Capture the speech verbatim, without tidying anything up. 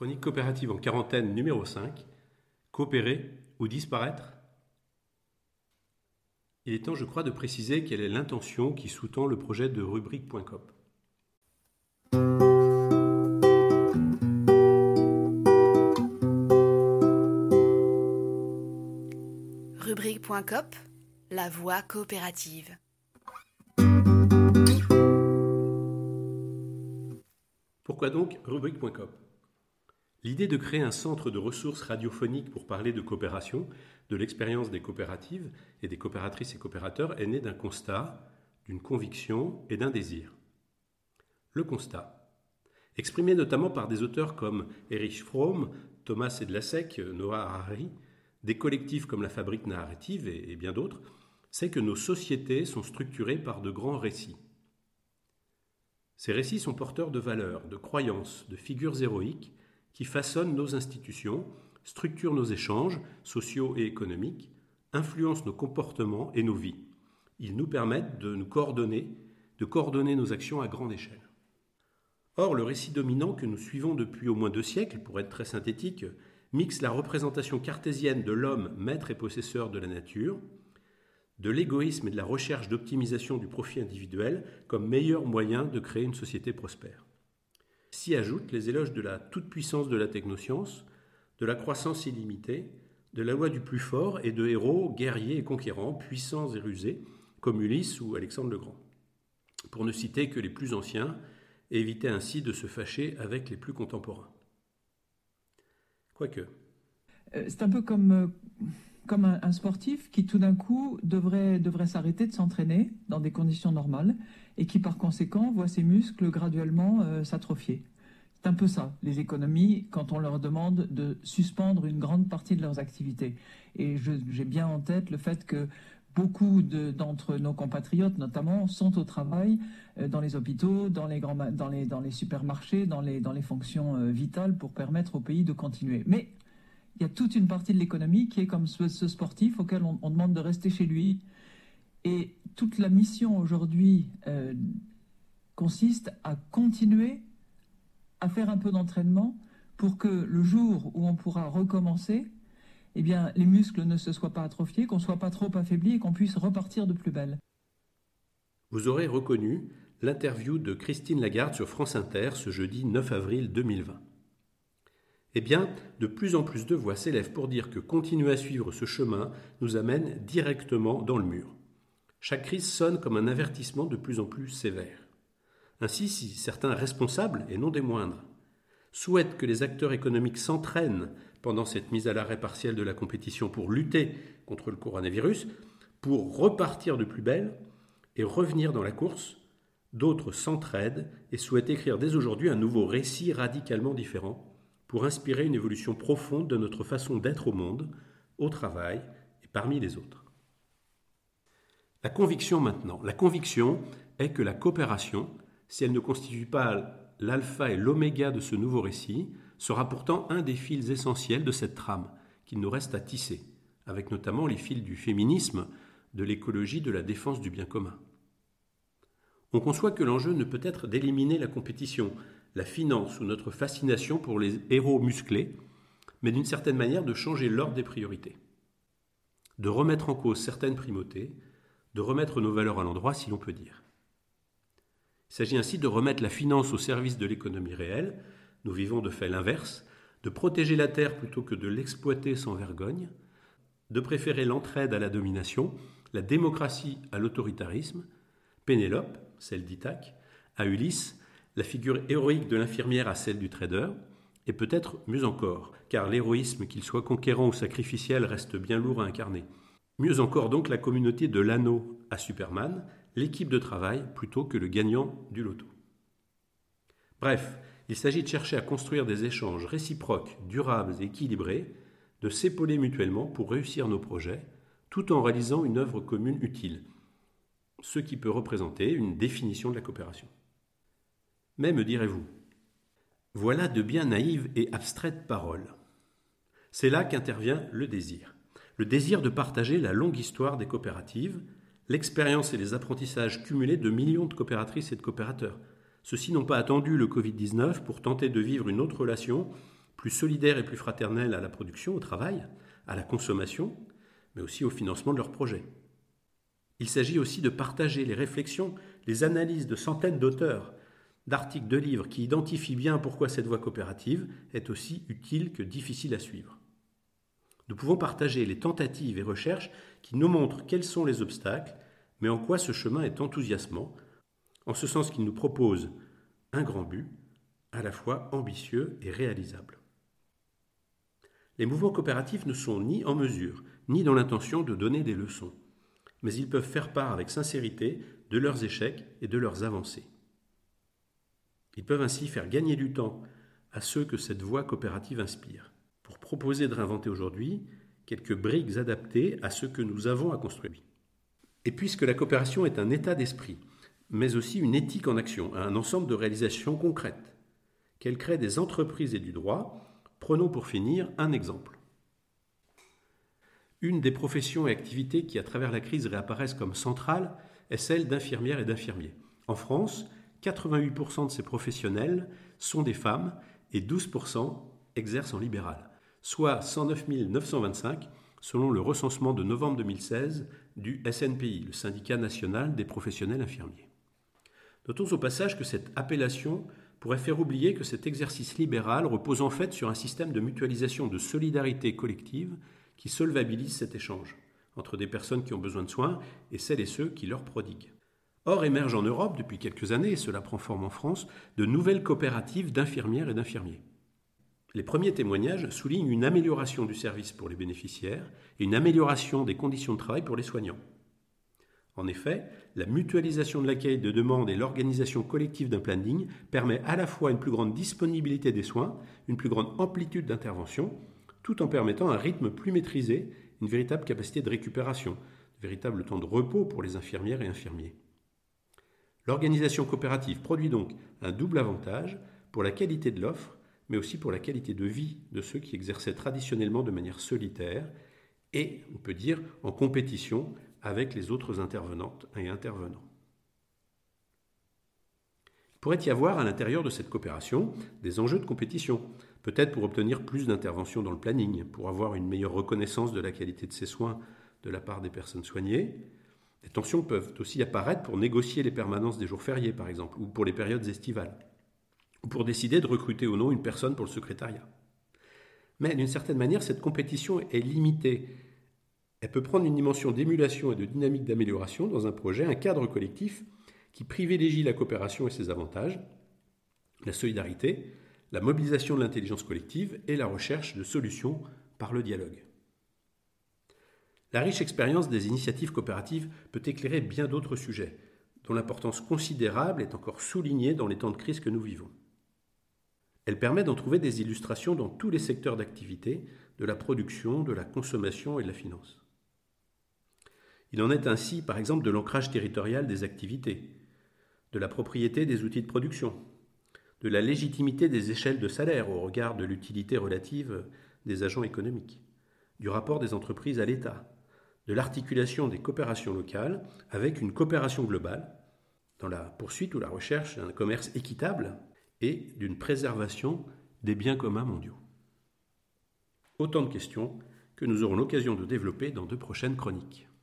Chronique coopérative en quarantaine numéro cinq. Coopérer ou disparaître ? Il est temps, je crois, de préciser quelle est l'intention qui sous-tend le projet de rubrique point com. rubrique point com, la voie coopérative. Pourquoi donc rubrique point com ? L'idée de créer un centre de ressources radiophoniques pour parler de coopération, de l'expérience des coopératives et des coopératrices et coopérateurs est née d'un constat, d'une conviction et d'un désir. Le constat, exprimé notamment par des auteurs comme Erich Fromm, Thomas Sedlacek, Noah Harari, des collectifs comme la Fabrique narrative et, et bien d'autres, c'est que nos sociétés sont structurées par de grands récits. Ces récits sont porteurs de valeurs, de croyances, de figures héroïques qui façonnent nos institutions, structurent nos échanges sociaux et économiques, influencent nos comportements et nos vies. Ils nous permettent de nous coordonner, de coordonner nos actions à grande échelle. Or, le récit dominant que nous suivons depuis au moins deux siècles, pour être très synthétique, mixe la représentation cartésienne de l'homme maître et possesseur de la nature, de l'égoïsme et de la recherche d'optimisation du profit individuel comme meilleur moyen de créer une société prospère. S'y ajoutent les éloges de la toute-puissance de la technoscience, de la croissance illimitée, de la loi du plus fort et de héros guerriers et conquérants, puissants et rusés, comme Ulysse ou Alexandre le Grand. Pour ne citer que les plus anciens, et éviter ainsi de se fâcher avec les plus contemporains. Quoique. C'est un peu comme, comme un, un sportif qui tout d'un coup devrait, devrait s'arrêter de s'entraîner dans des conditions normales et qui par conséquent voit ses muscles graduellement euh, s'atrophier. C'est un peu ça, les économies, quand on leur demande de suspendre une grande partie de leurs activités. Et je, j'ai bien en tête le fait que beaucoup de, d'entre nos compatriotes, notamment, sont au travail euh, dans les hôpitaux, dans les, grands, dans les, dans les supermarchés, dans les, dans les fonctions euh, vitales pour permettre au pays de continuer. Mais il y a toute une partie de l'économie qui est comme ce, ce sportif auquel on, on demande de rester chez lui. Et toute la mission aujourd'hui euh, consiste à continuer à faire un peu d'entraînement pour que le jour où on pourra recommencer, eh bien, les muscles ne se soient pas atrophiés, qu'on ne soit pas trop affaibli et qu'on puisse repartir de plus belle. Vous aurez reconnu l'interview de Christine Lagarde sur France Inter ce jeudi neuf avril deux mille vingt. Eh bien, de plus en plus de voix s'élèvent pour dire que continuer à suivre ce chemin nous amène directement dans le mur. Chaque crise sonne comme un avertissement de plus en plus sévère. Ainsi, si certains responsables, et non des moindres, souhaitent que les acteurs économiques s'entraînent pendant cette mise à l'arrêt partielle de la compétition pour lutter contre le coronavirus, pour repartir de plus belle et revenir dans la course, d'autres s'entraident et souhaitent écrire dès aujourd'hui un nouveau récit radicalement différent pour inspirer une évolution profonde de notre façon d'être au monde, au travail et parmi les autres. La conviction maintenant. La conviction est que la coopération, si elle ne constitue pas l'alpha et l'oméga de ce nouveau récit, sera pourtant un des fils essentiels de cette trame qu'il nous reste à tisser, avec notamment les fils du féminisme, de l'écologie, de la défense du bien commun. On conçoit que l'enjeu ne peut être d'éliminer la compétition, la finance ou notre fascination pour les héros musclés, mais d'une certaine manière de changer l'ordre des priorités, de remettre en cause certaines primautés, de remettre nos valeurs à l'endroit si l'on peut dire. Il s'agit ainsi de remettre la finance au service de l'économie réelle. Nous vivons de fait l'inverse, de protéger la terre plutôt que de l'exploiter sans vergogne, de préférer l'entraide à la domination, la démocratie à l'autoritarisme, Pénélope, celle d'Ithaque, à Ulysse, la figure héroïque de l'infirmière à celle du trader, et peut-être mieux encore, car l'héroïsme, qu'il soit conquérant ou sacrificiel, reste bien lourd à incarner. Mieux encore donc la communauté de l'anneau à Superman, l'équipe de travail plutôt que le gagnant du loto. Bref, il s'agit de chercher à construire des échanges réciproques, durables et équilibrés, de s'épauler mutuellement pour réussir nos projets, tout en réalisant une œuvre commune utile, ce qui peut représenter une définition de la coopération. Mais, me direz-vous, voilà de bien naïves et abstraites paroles. C'est là qu'intervient le désir. Le désir de partager la longue histoire des coopératives, l'expérience et les apprentissages cumulés de millions de coopératrices et de coopérateurs. Ceux-ci n'ont pas attendu le covid dix-neuf pour tenter de vivre une autre relation, plus solidaires et plus fraternels à la production, au travail, à la consommation, mais aussi au financement de leurs projets. Il s'agit aussi de partager les réflexions, les analyses de centaines d'auteurs, d'articles, de livres qui identifient bien pourquoi cette voie coopérative est aussi utile que difficile à suivre. Nous pouvons partager les tentatives et recherches qui nous montrent quels sont les obstacles, mais en quoi ce chemin est enthousiasmant, en ce sens qu'il nous propose un grand but, à la fois ambitieux et réalisable. Les mouvements coopératifs ne sont ni en mesure, ni dans l'intention de donner des leçons, mais ils peuvent faire part avec sincérité de leurs échecs et de leurs avancées. Ils peuvent ainsi faire gagner du temps à ceux que cette voie coopérative inspire, pour proposer de réinventer aujourd'hui quelques briques adaptées à ce que nous avons à construire. Et puisque la coopération est un état d'esprit, mais aussi une éthique en action, un ensemble de réalisations concrètes, qu'elle crée des entreprises et du droit, prenons pour finir un exemple. Une des professions et activités qui, à travers la crise, réapparaissent comme centrales est celle d'infirmières et d'infirmiers. En France, quatre-vingt-huit pour cent de ces professionnels sont des femmes et douze pour cent exercent en libéral, soit cent neuf mille neuf cent vingt-cinq selon le recensement de novembre deux mille seize du S N P I, le syndicat national des professionnels infirmiers. Notons au passage que cette appellation pourrait faire oublier que cet exercice libéral repose en fait sur un système de mutualisation de solidarité collective qui solvabilise cet échange entre des personnes qui ont besoin de soins et celles et ceux qui leur prodiguent. Or, émergent en Europe depuis quelques années, et cela prend forme en France, de nouvelles coopératives d'infirmières et d'infirmiers. Les premiers témoignages soulignent une amélioration du service pour les bénéficiaires et une amélioration des conditions de travail pour les soignants. En effet, la mutualisation de l'accueil de demande et l'organisation collective d'un planning permet à la fois une plus grande disponibilité des soins, une plus grande amplitude d'intervention, tout en permettant un rythme plus maîtrisé, une véritable capacité de récupération, un véritable temps de repos pour les infirmières et infirmiers. L'organisation coopérative produit donc un double avantage pour la qualité de l'offre, mais aussi pour la qualité de vie de ceux qui exerçaient traditionnellement de manière solitaire et, on peut dire, en compétition avec les autres intervenantes et intervenants. Il pourrait y avoir à l'intérieur de cette coopération des enjeux de compétition, peut-être pour obtenir plus d'interventions dans le planning, pour avoir une meilleure reconnaissance de la qualité de ces soins de la part des personnes soignées. Des tensions peuvent aussi apparaître pour négocier les permanences des jours fériés, par exemple, ou pour les périodes estivales, ou pour décider de recruter ou non une personne pour le secrétariat. Mais d'une certaine manière, cette compétition est limitée. Elle peut prendre une dimension d'émulation et de dynamique d'amélioration dans un projet, un cadre collectif qui privilégie la coopération et ses avantages, la solidarité, la mobilisation de l'intelligence collective et la recherche de solutions par le dialogue. La riche expérience des initiatives coopératives peut éclairer bien d'autres sujets, dont l'importance considérable est encore soulignée dans les temps de crise que nous vivons. Elle permet d'en trouver des illustrations dans tous les secteurs d'activité, de la production, de la consommation et de la finance. Il en est ainsi, par exemple, de l'ancrage territorial des activités, de la propriété des outils de production, de la légitimité des échelles de salaire au regard de l'utilité relative des agents économiques, du rapport des entreprises à l'État, de l'articulation des coopérations locales avec une coopération globale dans la poursuite ou la recherche d'un commerce équitable et d'une préservation des biens communs mondiaux. Autant de questions que nous aurons l'occasion de développer dans de prochaines chroniques.